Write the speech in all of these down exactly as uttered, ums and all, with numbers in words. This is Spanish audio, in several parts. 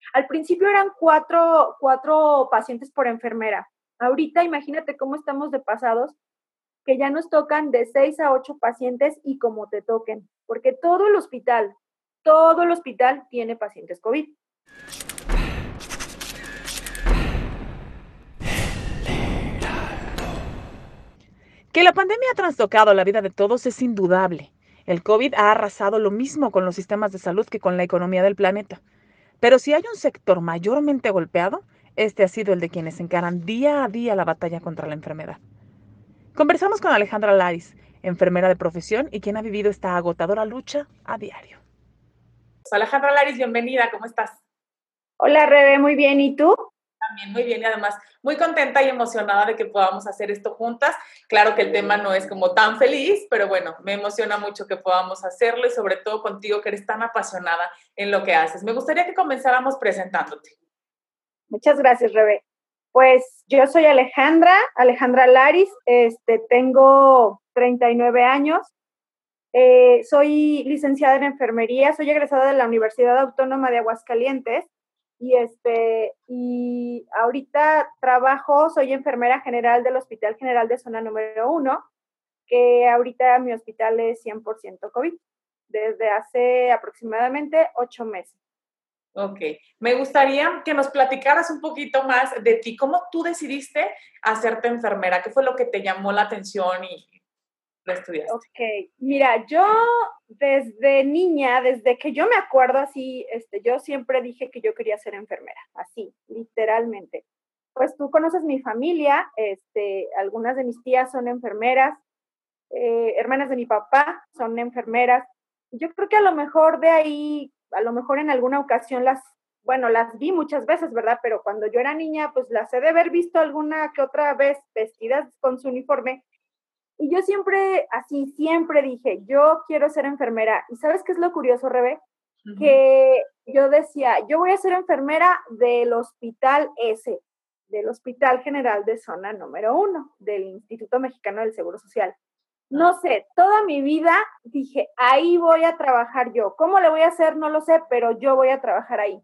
Al principio eran cuatro, cuatro pacientes por enfermera. Ahorita imagínate cómo estamos de pasados, que ya nos tocan de seis a ocho pacientes y como te toquen, porque todo el hospital, todo el hospital tiene pacientes COVID. Que la pandemia ha trastocado la vida de todos es indudable. El COVID ha arrasado lo mismo con los sistemas de salud que con la economía del planeta. Pero si hay un sector mayormente golpeado, este ha sido el de quienes encaran día a día la batalla contra la enfermedad. Conversamos con Alejandra Laris, enfermera de profesión y quien ha vivido esta agotadora lucha a diario. Alejandra Laris, bienvenida, ¿cómo estás? Hola, Rebe, muy bien, ¿y tú? También muy bien y además muy contenta y emocionada de que podamos hacer esto juntas. Claro que el tema no es como tan feliz, pero bueno, me emociona mucho que podamos hacerlo y sobre todo contigo que eres tan apasionada en lo que haces. Me gustaría que comenzáramos presentándote. Muchas gracias, Rebe. Pues yo soy Alejandra, Alejandra Laris, este, tengo treinta y nueve años, eh, soy licenciada en enfermería, soy egresada de la Universidad Autónoma de Aguascalientes y, este, y ahorita trabajo, soy enfermera general del Hospital General de Zona Número uno, que ahorita mi hospital es cien por ciento COVID, desde hace aproximadamente ocho meses. Ok, me gustaría que nos platicaras un poquito más de ti, cómo tú decidiste hacerte enfermera, qué fue lo que te llamó la atención y lo estudiaste. Ok, mira, yo desde niña, desde que yo me acuerdo así, este, yo siempre dije que yo quería ser enfermera, así, literalmente. Pues tú conoces mi familia, este, algunas de mis tías son enfermeras, eh, hermanas de mi papá son enfermeras. Yo creo que a lo mejor de ahí, a lo mejor en alguna ocasión las, bueno, las vi muchas veces, ¿verdad? Pero cuando yo era niña, pues las he de haber visto alguna que otra vez vestidas con su uniforme. Y yo siempre, así, siempre dije, yo quiero ser enfermera. ¿Y sabes qué es lo curioso, Rebe? Uh-huh. Que yo decía, yo voy a ser enfermera del Hospital S, del Hospital General de Zona Número uno, del Instituto Mexicano del Seguro Social. No sé, toda mi vida dije, ahí voy a trabajar yo. ¿Cómo le voy a hacer? No lo sé, pero yo voy a trabajar ahí.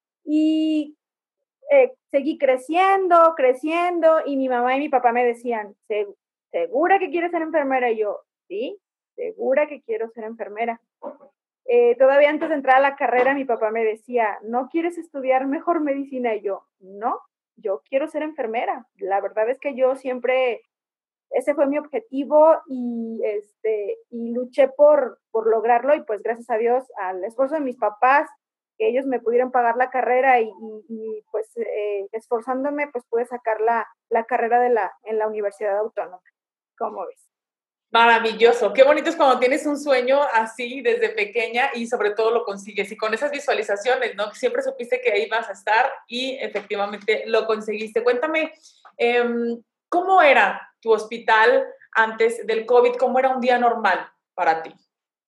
Y eh, seguí creciendo, creciendo, y mi mamá y mi papá me decían, ¿segura que quieres ser enfermera? Y yo, sí, segura que quiero ser enfermera. Eh, todavía antes de entrar a la carrera, mi papá me decía, ¿no quieres estudiar mejor medicina? Y yo, no, yo quiero ser enfermera. La verdad es que yo siempre, ese fue mi objetivo y, este, y luché por, por lograrlo y pues gracias a Dios, al esfuerzo de mis papás, que ellos me pudieron pagar la carrera y, y, y pues eh, esforzándome, pues pude sacar la, la carrera de la, en la Universidad Autónoma. ¿Cómo ves? Maravilloso, qué bonito es cuando tienes un sueño así desde pequeña y sobre todo lo consigues y con esas visualizaciones, ¿no? Siempre supiste que ahí vas a estar y efectivamente lo conseguiste. Cuéntame, eh, ¿cómo era tu hospital antes del COVID? ¿Cómo era un día normal para ti?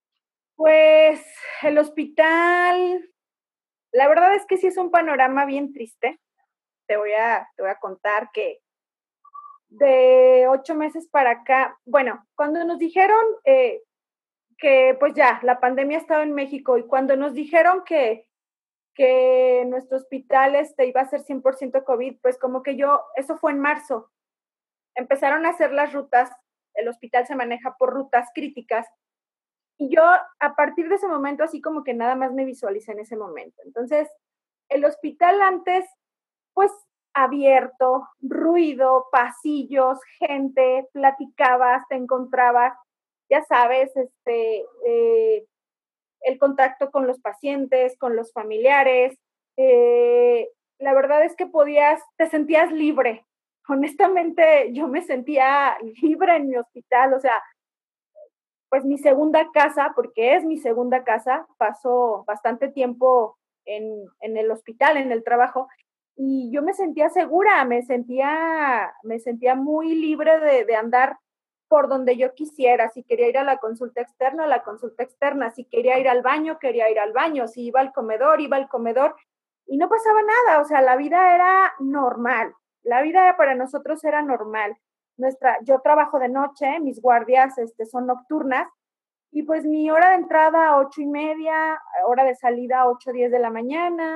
Pues el hospital, la verdad es que sí es un panorama bien triste. Te voy a, te voy a contar que de ocho meses para acá, bueno, cuando nos dijeron eh, que pues ya, la pandemia estaba en México y cuando nos dijeron que, que nuestro hospital este, iba a ser cien por ciento COVID, pues como que yo, eso fue en marzo, empezaron a hacer las rutas, el hospital se maneja por rutas críticas y yo a partir de ese momento así como que nada más me visualicé en ese momento. Entonces, el hospital antes, pues abierto, ruido, pasillos, gente, platicabas, te encontrabas, ya sabes, este, eh, el contacto con los pacientes, con los familiares. Eh, la verdad es que podías, te sentías libre. Honestamente, yo me sentía libre en mi hospital, o sea, pues mi segunda casa, porque es mi segunda casa, paso bastante tiempo en, en el hospital, en el trabajo, y yo me sentía segura, me sentía, me sentía muy libre de, de andar por donde yo quisiera. Si quería ir a la consulta externa, a la consulta externa. Si quería ir al baño, quería ir al baño. Si iba al comedor, iba al comedor. Y no pasaba nada, o sea, la vida era normal. La vida para nosotros era normal. Nuestra, yo trabajo de noche, mis guardias este, son nocturnas, y pues mi hora de entrada, ocho y media, hora de salida, ocho, diez de la mañana.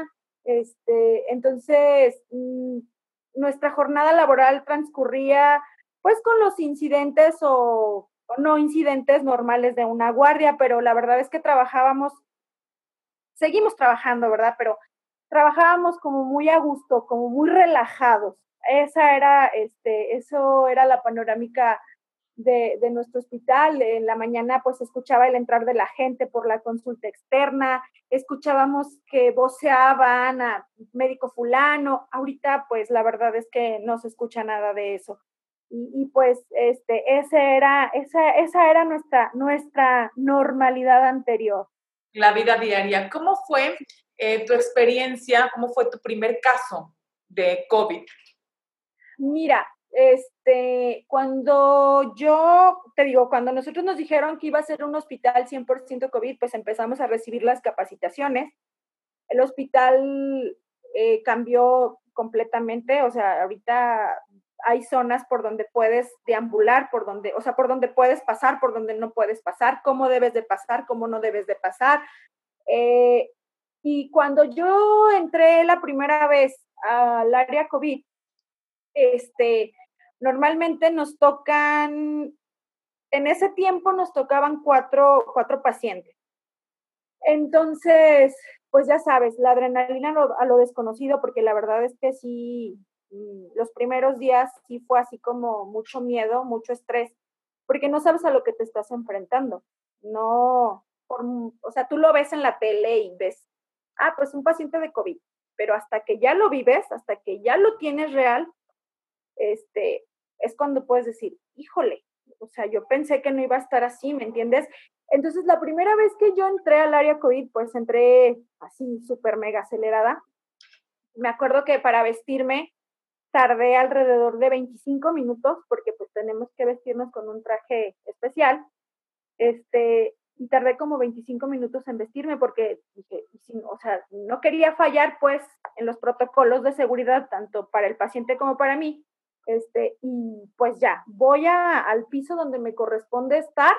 Este, entonces, mmm, nuestra jornada laboral transcurría pues con los incidentes o, o no incidentes normales de una guardia, pero la verdad es que trabajábamos, seguimos trabajando, ¿verdad? Pero trabajábamos como muy a gusto, como muy relajados. Esa era, este, eso era la panorámica de, de nuestro hospital. En la mañana pues escuchaba el entrar de la gente por la consulta externa, escuchábamos que voceaban a médico fulano. Ahorita pues la verdad es que no se escucha nada de eso. Y, y pues este, ese era, esa, esa era nuestra, nuestra normalidad anterior. La vida diaria. ¿Cómo fue eh, tu experiencia? ¿Cómo fue tu primer caso de COVID? Mira, este, cuando yo, te digo, cuando nosotros nos dijeron que iba a ser un hospital cien por ciento COVID, pues empezamos a recibir las capacitaciones. El hospital eh, cambió completamente, o sea, ahorita hay zonas por donde puedes deambular, por donde, o sea, por donde puedes pasar, por donde no puedes pasar, cómo debes de pasar, cómo no debes de pasar. Eh, y cuando yo entré la primera vez al área COVID, este, normalmente nos tocan, en ese tiempo nos tocaban cuatro, cuatro pacientes. Entonces, pues ya sabes, la adrenalina a lo, a lo desconocido, porque la verdad es que sí, los primeros días sí fue así como mucho miedo, mucho estrés, porque no sabes a lo que te estás enfrentando. No, por, o sea, tú lo ves en la tele y ves, ah, pues un paciente de COVID, pero hasta que ya lo vives, hasta que ya lo tienes real, este, es cuando puedes decir, híjole, o sea, yo pensé que no iba a estar así, ¿me entiendes? Entonces, la primera vez que yo entré al área COVID, pues entré así súper mega acelerada. Me acuerdo que para vestirme tardé alrededor de veinticinco minutos, porque pues tenemos que vestirnos con un traje especial, este, y tardé como veinticinco minutos en vestirme porque dije, o sea, no quería fallar pues en los protocolos de seguridad, tanto para el paciente como para mí. Este, y pues ya, voy a, al piso donde me corresponde estar.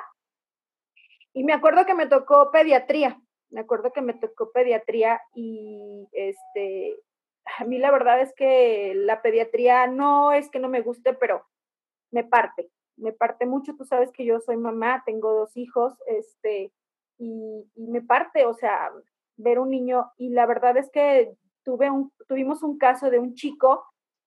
Y me acuerdo que me tocó pediatría, me acuerdo que me tocó pediatría y este, a mí la verdad es que la pediatría no es que no me guste, pero me parte, me parte mucho. Tú sabes que yo soy mamá, tengo dos hijos, este, y, y me parte, o sea, ver un niño. Y la verdad es que tuve un, tuvimos un caso de un chico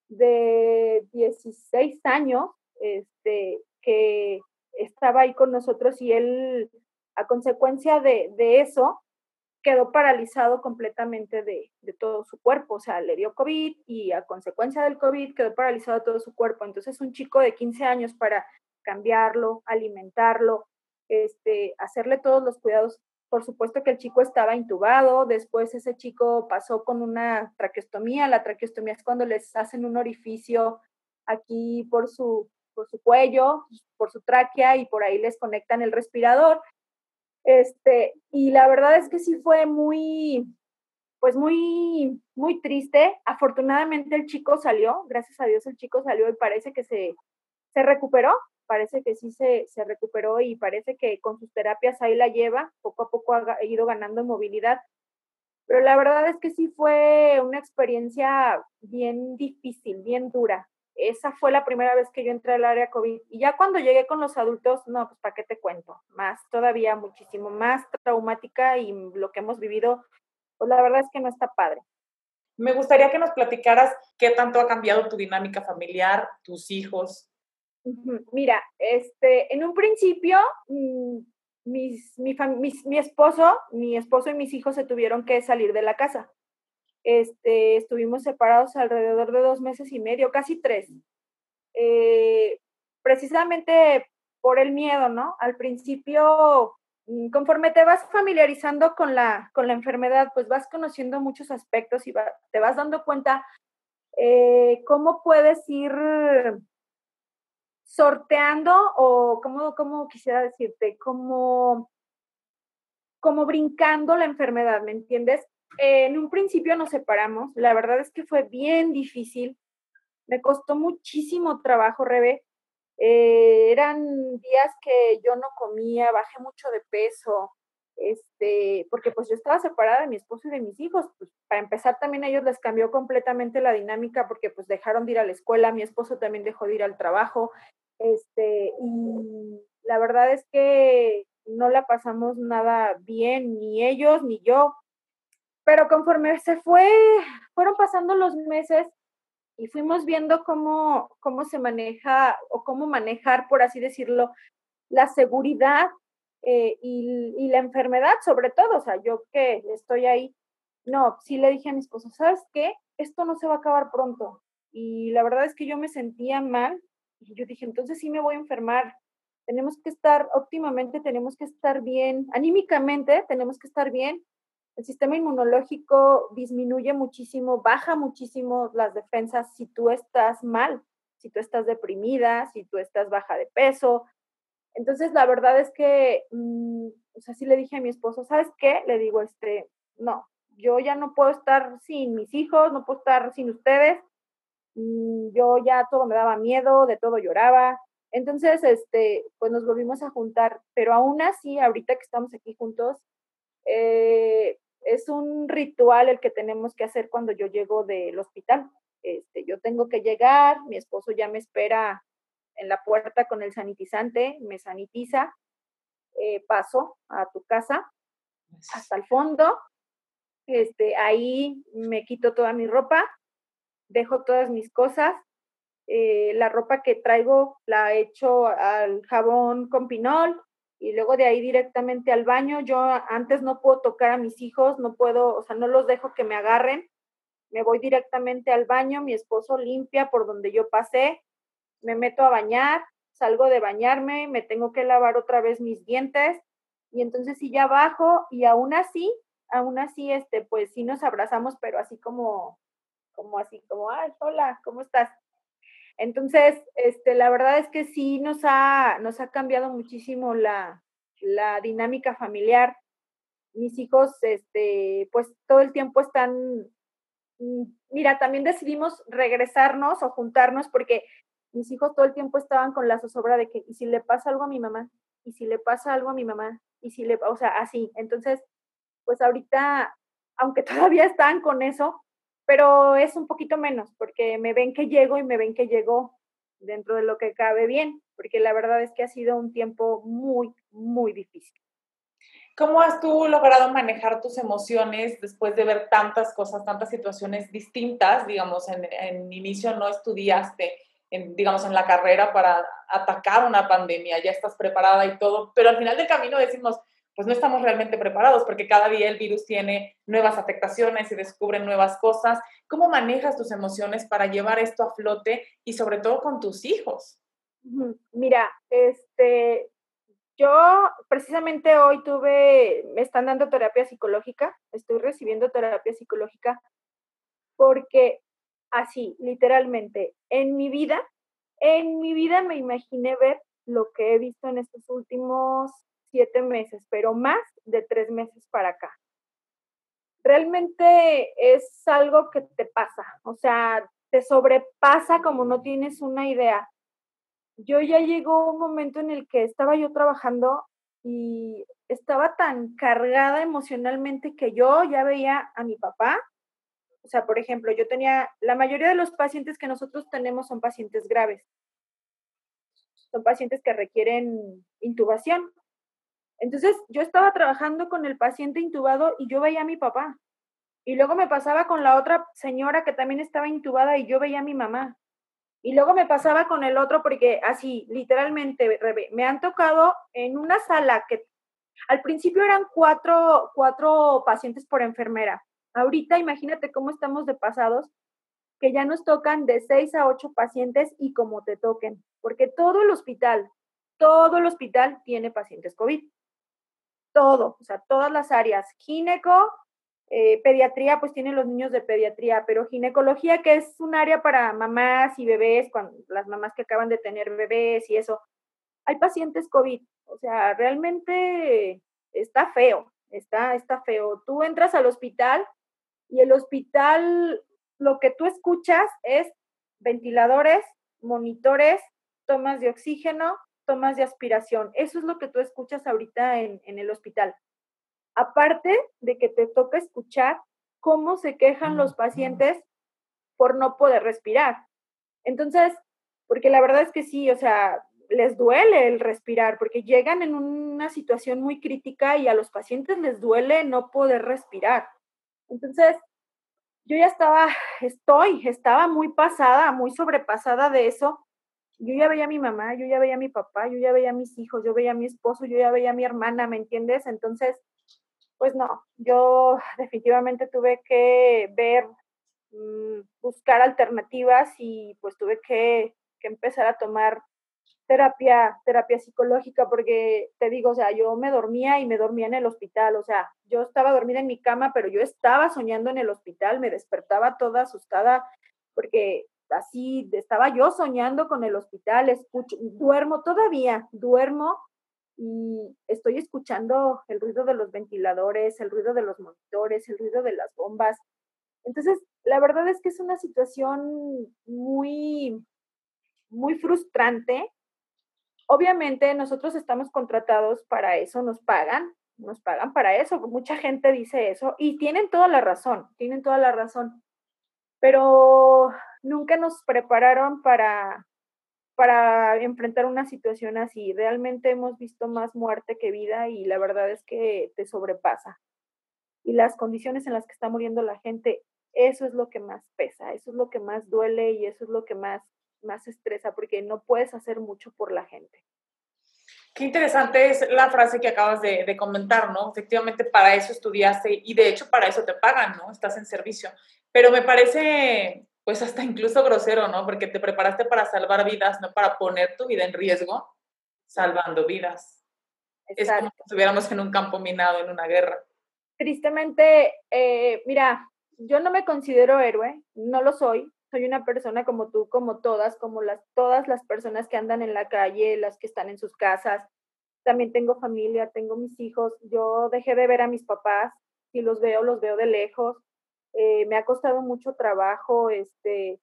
de dieciséis años, este, que estaba ahí con nosotros y él, a consecuencia de, de eso, quedó paralizado completamente de, de, todo su cuerpo, o sea, le dio COVID y a consecuencia del COVID quedó paralizado todo su cuerpo. Entonces, un chico de quince años para cambiarlo, alimentarlo, este, hacerle todos los cuidados. Por supuesto que el chico estaba intubado, después ese chico pasó con una traqueostomía. La traqueostomía es cuando les hacen un orificio aquí por su, por su cuello, por su tráquea, y por ahí les conectan el respirador. Este, y la verdad es que sí fue muy, pues muy, muy triste. Afortunadamente el chico salió, gracias a Dios el chico salió y parece que se, se recuperó, parece que sí se, se recuperó y parece que con sus terapias ahí la lleva, poco a poco ha ido ganando movilidad. Pero la verdad es que sí fue una experiencia bien difícil, bien dura. Esa fue la primera vez que yo entré al área COVID. Y ya cuando llegué con los adultos, no, pues ¿para qué te cuento? Más, todavía muchísimo más traumática, y lo que hemos vivido, pues la verdad es que no está padre. Me gustaría que nos platicaras qué tanto ha cambiado tu dinámica familiar, tus hijos. Mira, este, en un principio, mis, mi, mis, mi esposo, mi esposo y mis hijos se tuvieron que salir de la casa. Este, estuvimos separados alrededor de dos meses y medio, casi tres. Eh, precisamente por el miedo, ¿no? Al principio, conforme te vas familiarizando con la, con la enfermedad, pues vas conociendo muchos aspectos y va, te vas dando cuenta eh, cómo puedes ir sorteando, o cómo, cómo quisiera decirte, como, como brincando la enfermedad, ¿me entiendes? Eh, en un principio nos separamos, la verdad es que fue bien difícil, me costó muchísimo trabajo, Rebe. Eh, eran días que yo no comía, bajé mucho de peso, este, porque pues yo estaba separada de mi esposo y de mis hijos, pues para empezar también a ellos les cambió completamente la dinámica porque pues dejaron de ir a la escuela, mi esposo también dejó de ir al trabajo, este, y la verdad es que no la pasamos nada bien, ni ellos ni yo, pero conforme se fue, fueron pasando los meses y fuimos viendo cómo, cómo se maneja o cómo manejar, por así decirlo, la seguridad eh, y, y, la enfermedad sobre todo, o sea, yo que estoy ahí, no, sí le dije a mi esposo, ¿sabes qué? Esto no se va a acabar pronto. Y la verdad es que yo me sentía mal y yo dije, entonces sí me voy a enfermar. Tenemos que estar óptimamente, tenemos que estar bien, anímicamente tenemos que estar bien. El sistema inmunológico disminuye muchísimo, baja muchísimo las defensas si tú estás mal, si tú estás deprimida, si tú estás baja de peso. Entonces, la verdad es que, mmm, o sea, sí le dije a mi esposo, ¿sabes qué? Le digo, este, no, yo ya no puedo estar sin mis hijos, no puedo estar sin ustedes. Mm, yo ya todo me daba miedo, de todo lloraba. Entonces, este, pues nos volvimos a juntar, pero aún así, ahorita que estamos aquí juntos, eh, es un ritual el que tenemos que hacer cuando yo llego del hospital. Este, yo tengo que llegar, mi esposo ya me espera en la puerta con el sanitizante, me sanitiza, eh, paso a tu casa hasta el fondo, este, ahí me quito toda mi ropa, dejo todas mis cosas, eh, la ropa que traigo la echo al jabón con pinol y luego de ahí directamente al baño. Yo antes no puedo tocar a mis hijos, no puedo, o sea, no los dejo que me agarren, me voy directamente al baño, mi esposo limpia por donde yo pasé, me meto a bañar, salgo de bañarme, me tengo que lavar otra vez mis dientes y entonces sí ya bajo y aún así, aún así, este, pues sí nos abrazamos, pero así como, como así, como, ay, hola, ¿cómo estás? Entonces, este, la verdad es que sí nos ha, nos ha cambiado muchísimo la, la dinámica familiar. Mis hijos, este, pues todo el tiempo están, mira, también decidimos regresarnos o juntarnos porque mis hijos todo el tiempo estaban con la zozobra de que, ¿y si le pasa algo a mi mamá? ¿Y si le pasa algo a mi mamá? ¿Y si le, o sea, así? Entonces, pues ahorita, aunque todavía están con eso, pero es un poquito menos, porque me ven que llego y me ven que llego dentro de lo que cabe bien, porque la verdad es que ha sido un tiempo muy, muy difícil. ¿Cómo has tú logrado manejar tus emociones después de ver tantas cosas, tantas situaciones distintas? Digamos, en, en inicio no estudiaste, en, digamos, en la carrera para atacar una pandemia, ya estás preparada y todo, pero al final del camino decimos, pues no estamos realmente preparados porque cada día el virus tiene nuevas afectaciones y descubren nuevas cosas. ¿Cómo manejas tus emociones para llevar esto a flote y sobre todo con tus hijos? Mira, este, yo precisamente hoy tuve, me están dando terapia psicológica, estoy recibiendo terapia psicológica porque así, literalmente, en mi vida, en mi vida me imaginé ver lo que he visto en estos últimos siete meses, pero más de tres meses para acá. Realmente es algo que te pasa, o sea, te sobrepasa como no tienes una idea. Yo ya llegó un momento en el que estaba yo trabajando y estaba tan cargada emocionalmente que yo ya veía a mi papá. O sea, por ejemplo, yo tenía, la mayoría de los pacientes que nosotros tenemos son pacientes graves. Son pacientes que requieren intubación. Entonces, yo estaba trabajando con el paciente intubado y yo veía a mi papá. Y luego me pasaba con la otra señora que también estaba intubada y yo veía a mi mamá. Y luego me pasaba con el otro porque así, literalmente, me han tocado en una sala que al principio eran cuatro, cuatro pacientes por enfermera. Ahorita imagínate cómo estamos de pasados, que ya nos tocan de seis a ocho pacientes y como te toquen, porque todo el hospital, todo el hospital tiene pacientes COVID. Todo, o sea, todas las áreas, gineco, eh, pediatría, pues tienen los niños de pediatría, pero ginecología, que es un área para mamás y bebés, cuando, las mamás que acaban de tener bebés y eso, hay pacientes COVID, o sea, realmente está feo, está, está feo. Tú entras al hospital y el hospital, lo que tú escuchas es ventiladores, monitores, tomas de oxígeno, tomas de aspiración. Eso es lo que tú escuchas ahorita en, en el hospital. Aparte de que te toca escuchar cómo se quejan los pacientes por no poder respirar. Entonces, porque la verdad es que sí, o sea, les duele el respirar, porque llegan en una situación muy crítica y a los pacientes les duele no poder respirar. Entonces, yo ya estaba, estoy, estaba muy pasada, muy sobrepasada de eso. Yo ya veía a mi mamá, yo ya veía a mi papá, yo ya veía a mis hijos, yo veía a mi esposo, yo ya veía a mi hermana, ¿me entiendes? Entonces, pues no, yo definitivamente tuve que ver, mmm, buscar alternativas y pues tuve que, que empezar a tomar terapia, terapia psicológica, porque te digo, o sea, yo me dormía y me dormía en el hospital, o sea, yo estaba dormida en mi cama, pero yo estaba soñando en el hospital, me despertaba toda asustada, porque así estaba yo soñando con el hospital, escucho, duermo todavía, duermo y estoy escuchando el ruido de los ventiladores, el ruido de los monitores, el ruido de las bombas. Entonces, la verdad es que es una situación muy, muy frustrante. Obviamente nosotros estamos contratados para eso, nos pagan, nos pagan para eso. Mucha gente dice eso y tienen toda la razón, tienen toda la razón, pero nunca nos prepararon para, para enfrentar una situación así. Realmente hemos visto más muerte que vida y la verdad es que te sobrepasa. Y las condiciones en las que está muriendo la gente, eso es lo que más pesa, eso es lo que más duele y eso es lo que más, más estresa, porque no puedes hacer mucho por la gente. Qué interesante es la frase que acabas de, de comentar, ¿no? Efectivamente, para eso estudiaste y de hecho para eso te pagan, ¿no? Estás en servicio. Pero me parece, pues hasta incluso grosero, ¿no? Porque te preparaste para salvar vidas, no para poner tu vida en riesgo, salvando vidas. Exacto. Es como si estuviéramos en un campo minado, en una guerra. Tristemente, eh, mira, yo no me considero héroe, no lo soy. Soy una persona como tú, como todas, como las, todas las personas que andan en la calle, las que están en sus casas. También tengo familia, tengo mis hijos. Yo dejé de ver a mis papás. Si los veo, los veo de lejos. Eh, me ha costado mucho trabajo. Este,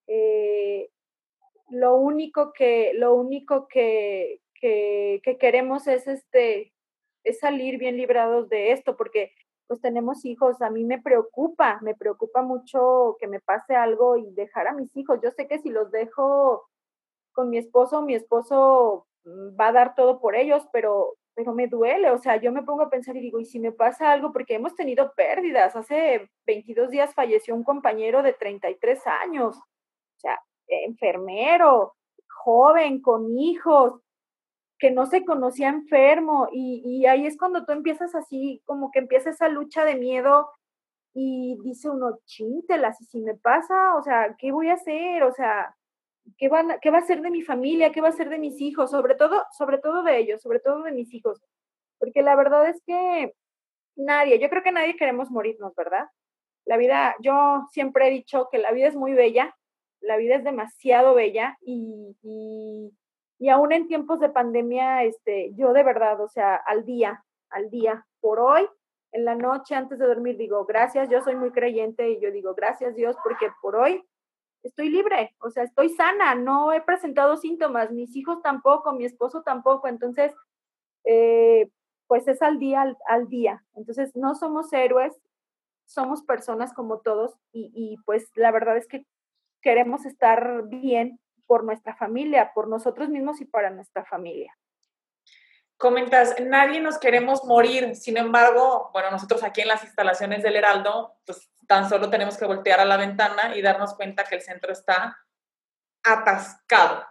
eh, lo único que, lo único que, que, que queremos es, este, es salir bien librados de esto, porque pues tenemos hijos, a mí me preocupa, me preocupa mucho que me pase algo y dejar a mis hijos. Yo sé que si los dejo con mi esposo, mi esposo va a dar todo por ellos, pero, pero me duele, o sea, yo me pongo a pensar y digo, ¿y si me pasa algo? Porque hemos tenido pérdidas. Hace veintidós días falleció un compañero de treinta y tres años, o sea, enfermero, joven, con hijos, que no se conocía enfermo, y, y ahí es cuando tú empiezas así, como que empieza esa lucha de miedo y dice uno, chintelas, y si me pasa, o sea, ¿qué voy a hacer? O sea, ¿qué, van, ¿qué va a ser de mi familia? ¿Qué va a ser de mis hijos? Sobre todo, sobre todo de ellos, sobre todo de mis hijos, porque la verdad es que nadie, yo creo que nadie queremos morirnos, ¿verdad? La vida, yo siempre he dicho que la vida es muy bella, la vida es demasiado bella y, y, y aún en tiempos de pandemia, este, yo de verdad, o sea, al día, al día, por hoy, en la noche antes de dormir digo, gracias, yo soy muy creyente y yo digo, gracias Dios, porque por hoy estoy libre, o sea, estoy sana, no he presentado síntomas, mis hijos tampoco, mi esposo tampoco, entonces, eh, pues es al día, al, al día. Entonces, no somos héroes, somos personas como todos y, y pues la verdad es que queremos estar bien por nuestra familia, por nosotros mismos y para nuestra familia. Comentas, nadie nos queremos morir, sin embargo, bueno, nosotros aquí en las instalaciones del Heraldo, pues tan solo tenemos que voltear a la ventana y darnos cuenta que el centro está atascado.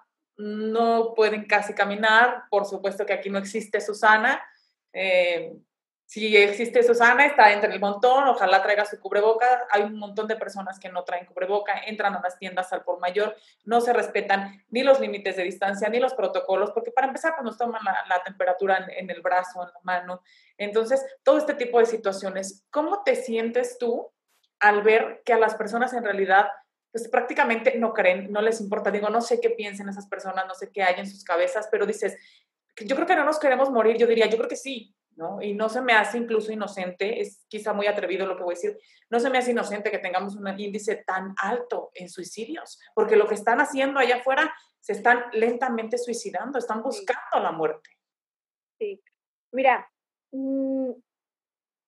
No pueden casi caminar, por supuesto que aquí no existe Susana. Eh, si existe Susana, está entre el montón, ojalá traiga su cubreboca. Hay un montón de personas que no traen cubreboca, entran a las tiendas al por mayor, no se respetan ni los límites de distancia, ni los protocolos, porque para empezar, pues nos toman la, la temperatura en, en el brazo, en la mano. Entonces, todo este tipo de situaciones, ¿cómo te sientes tú al ver que a las personas en realidad pues prácticamente no creen, no les importa? Digo, no sé qué piensen esas personas, no sé qué hay en sus cabezas, pero dices, yo creo que no nos queremos morir. Yo diría, yo creo que sí, ¿no? Y no se me hace incluso inocente, es quizá muy atrevido lo que voy a decir, no se me hace inocente que tengamos un índice tan alto en suicidios, porque lo que están haciendo allá afuera, se están lentamente suicidando, están buscando sí. la muerte. Sí, mira, mmm,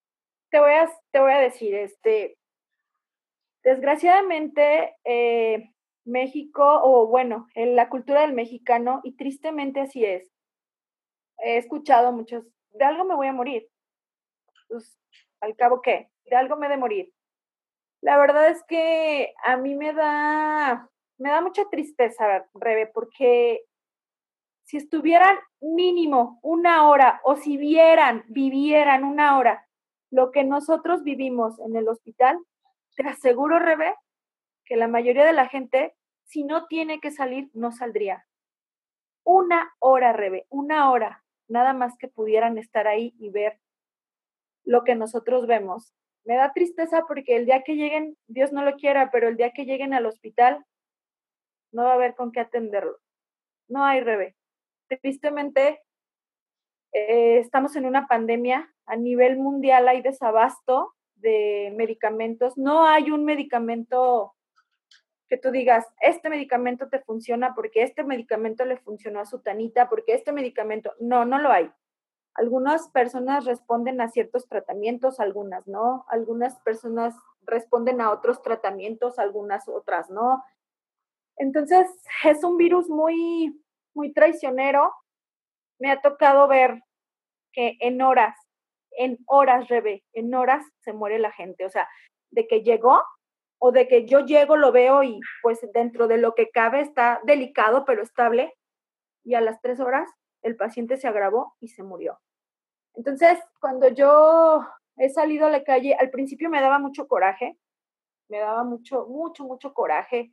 te voy a, te voy a decir, este, desgraciadamente, eh, México, o bueno, en la cultura del mexicano, y tristemente así es, he escuchado muchos, de algo me voy a morir, pues, al cabo, ¿qué? De algo me he de morir. La verdad es que a mí me da, me da mucha tristeza, Rebe, porque si estuvieran mínimo una hora o si vieran, vivieran una hora lo que nosotros vivimos en el hospital, te aseguro, Rebe, que la mayoría de la gente, si no tiene que salir, no saldría. Una hora, Rebe, una hora, nada más que pudieran estar ahí y ver lo que nosotros vemos. Me da tristeza porque el día que lleguen, Dios no lo quiera, pero el día que lleguen al hospital, no va a haber con qué atenderlo. No hay, Rebe. Tristemente, eh, estamos en una pandemia. A nivel mundial hay desabasto de medicamentos. No hay un medicamento que tú digas, este medicamento te funciona porque este medicamento le funcionó a su tanita, porque este medicamento, no, no lo hay. Algunas personas responden a ciertos tratamientos, algunas no. Algunas personas responden a otros tratamientos, algunas otras no. Entonces, es un virus muy, muy traicionero. Me ha tocado ver que en horas, en horas, Rebe, en horas se muere la gente. O sea, de que llegó o de que yo llego, lo veo y pues dentro de lo que cabe está delicado pero estable y a las tres horas el paciente se agravó y se murió. Entonces, cuando yo he salido a la calle, al principio me daba mucho coraje, me daba mucho, mucho, mucho coraje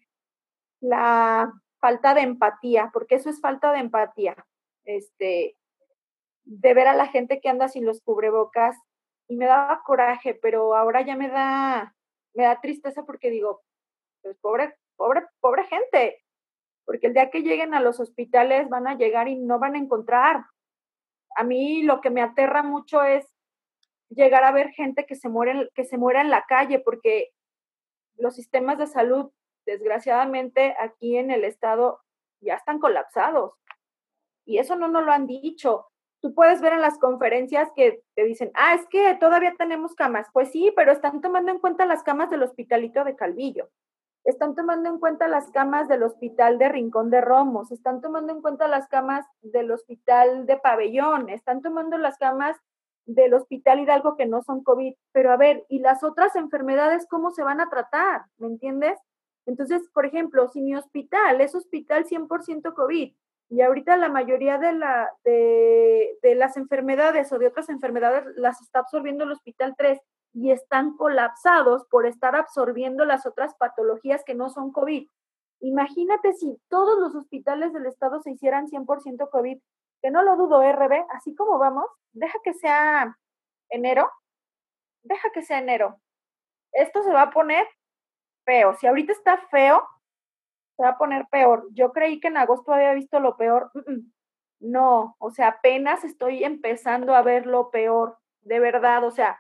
la falta de empatía, porque eso es falta de empatía, este, de ver a la gente que anda sin los cubrebocas y me daba coraje, pero ahora ya me da, me da tristeza porque digo, pues pobre, pobre, pobre gente, porque el día que lleguen a los hospitales van a llegar y no van a encontrar. A mí lo que me aterra mucho es llegar a ver gente que se muere, que se muera en la calle, porque los sistemas de salud, desgraciadamente, aquí en el estado ya están colapsados. Y eso no nos lo han dicho. Tú puedes ver en las conferencias que te dicen, ah, es que todavía tenemos camas. Pues sí, pero están tomando en cuenta las camas del Hospitalito de Calvillo. Están tomando en cuenta las camas del Hospital de Rincón de Romos. Están tomando en cuenta las camas del Hospital de Pabellón. Están tomando las camas del Hospital Hidalgo que no son COVID. Pero a ver, ¿y las otras enfermedades cómo se van a tratar? ¿Me entiendes? Entonces, por ejemplo, si mi hospital es hospital cien por ciento COVID, y ahorita la mayoría de, la, de, de las enfermedades o de otras enfermedades las está absorbiendo el Hospital tres y están colapsados por estar absorbiendo las otras patologías que no son COVID. Imagínate si todos los hospitales del estado se hicieran cien por ciento COVID, que no lo dudo, R B, así como vamos, deja que sea enero, deja que sea enero. Esto se va a poner feo. Si ahorita está feo, se va a poner peor. Yo creí que en agosto había visto lo peor. No, o sea, apenas estoy empezando a ver lo peor, de verdad, o sea,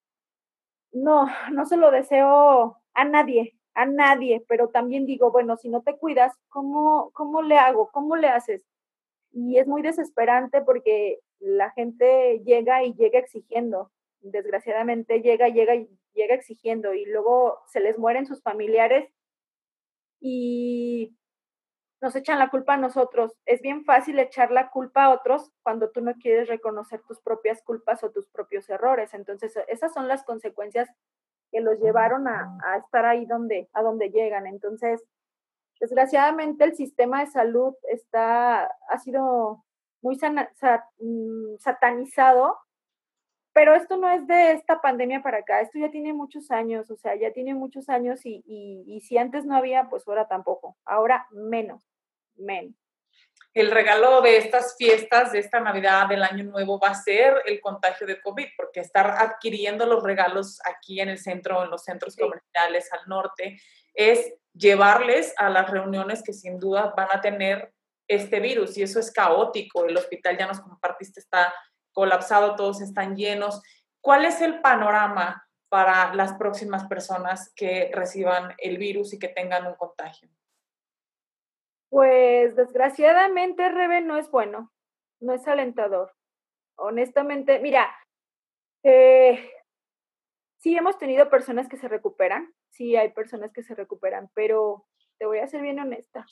no, no se lo deseo a nadie, a nadie, pero también digo, bueno, si no te cuidas, ¿cómo, cómo le hago? ¿Cómo le haces? Y es muy desesperante porque la gente llega y llega exigiendo, desgraciadamente llega, llega y llega exigiendo y luego se les mueren sus familiares y nos echan la culpa a nosotros. Es bien fácil echar la culpa a otros cuando tú no quieres reconocer tus propias culpas o tus propios errores. Entonces, esas son las consecuencias que los llevaron a, a estar ahí donde, a donde llegan. Entonces, desgraciadamente el sistema de salud está, ha sido muy sana, sat, satanizado, pero esto no es de esta pandemia para acá, esto ya tiene muchos años, o sea, ya tiene muchos años y, y, y si antes no había, pues ahora tampoco, ahora menos, menos. El regalo de estas fiestas, de esta Navidad, del Año Nuevo, va a ser el contagio de COVID, porque estar adquiriendo los regalos aquí en el centro, en los centros sí. comerciales al norte, es llevarles a las reuniones que sin duda van a tener este virus, y eso es caótico. El hospital, ya nos compartiste, está colapsado, todos están llenos. ¿Cuál es el panorama para las próximas personas que reciban el virus y que tengan un contagio? Pues desgraciadamente, Rebe, no es bueno, no es alentador. Honestamente, mira, eh, Sí hemos tenido personas que se recuperan, sí hay personas que se recuperan, pero te voy a ser bien honesta,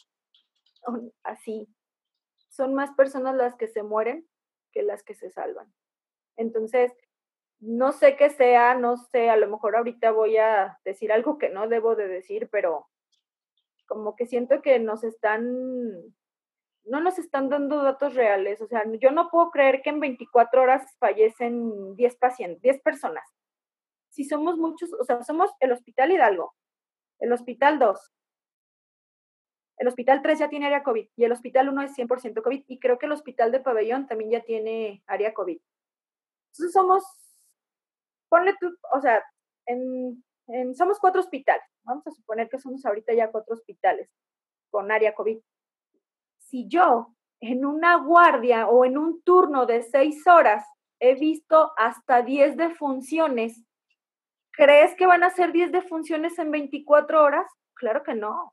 así, son más personas las que se mueren que las que se salvan. Entonces, no sé qué sea, no sé, a lo mejor ahorita voy a decir algo que no debo de decir, pero como que siento que nos están, no nos están dando datos reales. O sea, yo no puedo creer que en veinticuatro horas fallecen diez pacientes, diez personas. Si somos muchos, o sea, somos el Hospital Hidalgo, el Hospital dos, el Hospital tres ya tiene área COVID y el Hospital uno es cien por ciento COVID y creo que el Hospital de Pabellón también ya tiene área COVID. Entonces somos, ponle tú, o sea, en, en, somos cuatro hospitales. Vamos a suponer que somos ahorita ya cuatro hospitales con área COVID. Si yo en una guardia o en un turno de seis horas he visto hasta diez defunciones, ¿crees que van a ser diez defunciones en veinticuatro horas? Claro que no.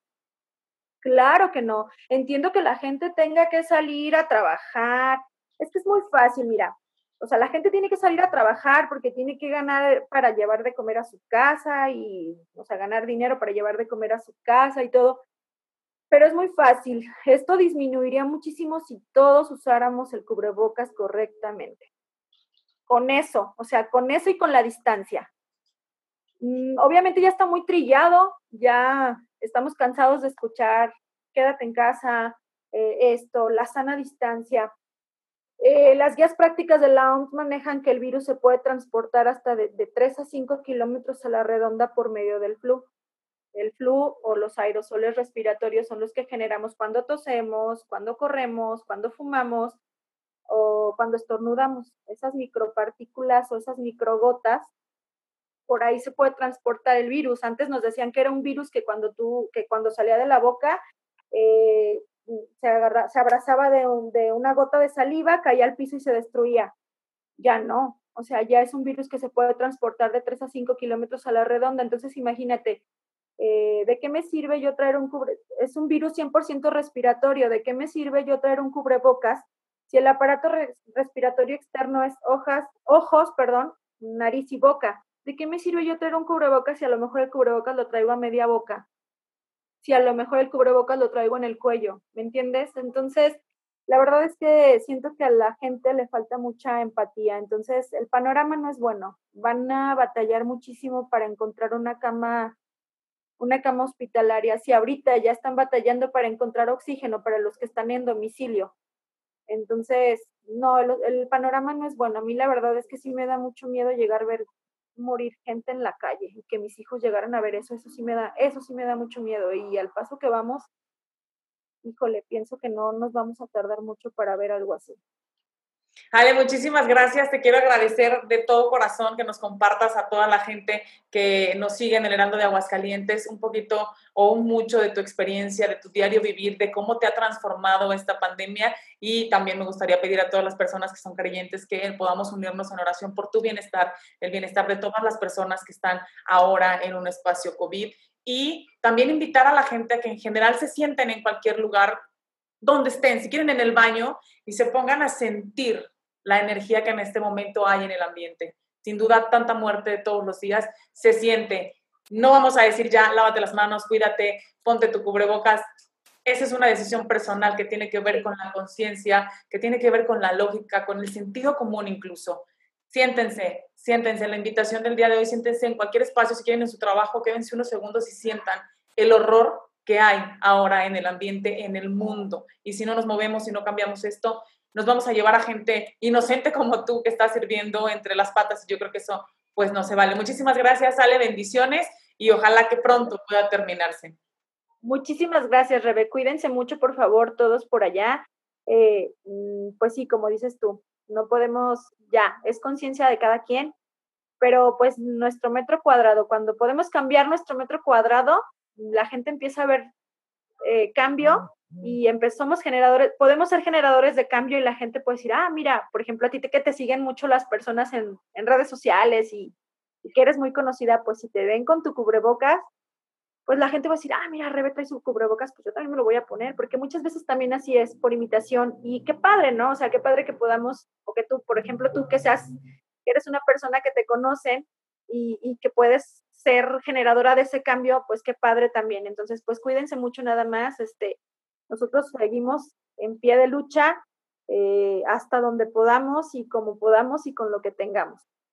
Claro que no. Entiendo que la gente tenga que salir a trabajar. Es que es muy fácil, mira. O sea, la gente tiene que salir a trabajar porque tiene que ganar para llevar de comer a su casa y, o sea, ganar dinero para llevar de comer a su casa y todo. Pero es muy fácil. Esto disminuiría muchísimo si todos usáramos el cubrebocas correctamente. Con eso, o sea, con eso y con la distancia. Mm, obviamente ya está muy trillado, ya estamos cansados de escuchar quédate en casa, eh, esto, la sana distancia. Eh, las guías prácticas de la O M S manejan que el virus se puede transportar hasta de, de tres a cinco kilómetros a la redonda por medio del flu. El flu o los aerosoles respiratorios son los que generamos cuando tosemos, cuando corremos, cuando fumamos o cuando estornudamos. Esas micropartículas o esas microgotas, por ahí se puede transportar el virus. Antes nos decían que era un virus que cuando tú, que cuando salía de la boca, eh, se, agarra, se abrazaba de, un, de una gota de saliva, caía al piso y se destruía. Ya no, o sea, ya es un virus que se puede transportar de tres a cinco kilómetros a la redonda. Entonces, imagínate, eh, ¿de qué me sirve yo traer un cubre? Es un virus cien por ciento respiratorio, ¿de qué me sirve yo traer un cubrebocas si el aparato re respiratorio externo es hojas, ojos, perdón, nariz y boca? ¿De qué me sirve yo traer un cubrebocas si a lo mejor el cubrebocas lo traigo a media boca? Si a lo mejor el cubrebocas lo traigo en el cuello, ¿me entiendes? Entonces, la verdad es que siento que a la gente le falta mucha empatía, entonces el panorama no es bueno. Van a batallar muchísimo para encontrar una cama, una cama hospitalaria. Si ahorita ya están batallando para encontrar oxígeno para los que están en domicilio. Entonces, no, el, el panorama no es bueno. A mí la verdad es que sí me da mucho miedo llegar a ver morir gente en la calle y que mis hijos llegaran a ver eso, eso sí me da, eso sí me da mucho miedo. Y al paso que vamos, híjole, pienso que no nos vamos a tardar mucho para ver algo así. Ale, muchísimas gracias. Te quiero agradecer de todo corazón que nos compartas a toda la gente que nos sigue en el Heraldo de Aguascalientes un poquito o un mucho de tu experiencia, de tu diario vivir, de cómo te ha transformado esta pandemia. Y también me gustaría pedir a todas las personas que son creyentes que podamos unirnos en oración por tu bienestar, el bienestar de todas las personas que están ahora en un espacio COVID. Y también invitar a la gente a que en general se sienten en cualquier lugar donde estén, si quieren en el baño, y se pongan a sentir la energía que en este momento hay en el ambiente. Sin duda, tanta muerte de todos los días se siente. No vamos a decir ya, lávate las manos, cuídate, ponte tu cubrebocas. Esa es una decisión personal que tiene que ver con la conciencia, que tiene que ver con la lógica, con el sentido común incluso. Siéntense, siéntense. La invitación del día de hoy, siéntense en cualquier espacio, si quieren en su trabajo, quédense unos segundos y sientan el horror que hay ahora en el ambiente, en el mundo. Y si no nos movemos y no cambiamos esto, nos vamos a llevar a gente inocente como tú que está sirviendo entre las patas. Y yo creo que eso pues no se vale. Muchísimas gracias, Ale, bendiciones y ojalá que pronto pueda terminarse. Muchísimas gracias, Rebe. Cuídense mucho, por favor, todos por allá. Eh, pues sí, como dices tú, no podemos, ya, es conciencia de cada quien, pero pues nuestro metro cuadrado, cuando podemos cambiar nuestro metro cuadrado, la gente empieza a ver eh, cambio y empezamos generadores, podemos ser generadores de cambio y la gente puede decir, ah, mira, por ejemplo, a ti te, que te siguen mucho las personas en, en redes sociales y, y que eres muy conocida, pues si te ven con tu cubrebocas, pues la gente va a decir, ah, mira, Rebe trae su cubrebocas, pues yo también me lo voy a poner, porque muchas veces también así es, por imitación, y qué padre, ¿no? O sea, qué padre que podamos, o que tú, por ejemplo, tú que seas, que eres una persona que te conocen, y, y que puedes ser generadora de ese cambio, pues qué padre también. Entonces, pues cuídense mucho nada más. Este, nosotros seguimos en pie de lucha eh, hasta donde podamos y como podamos y con lo que tengamos.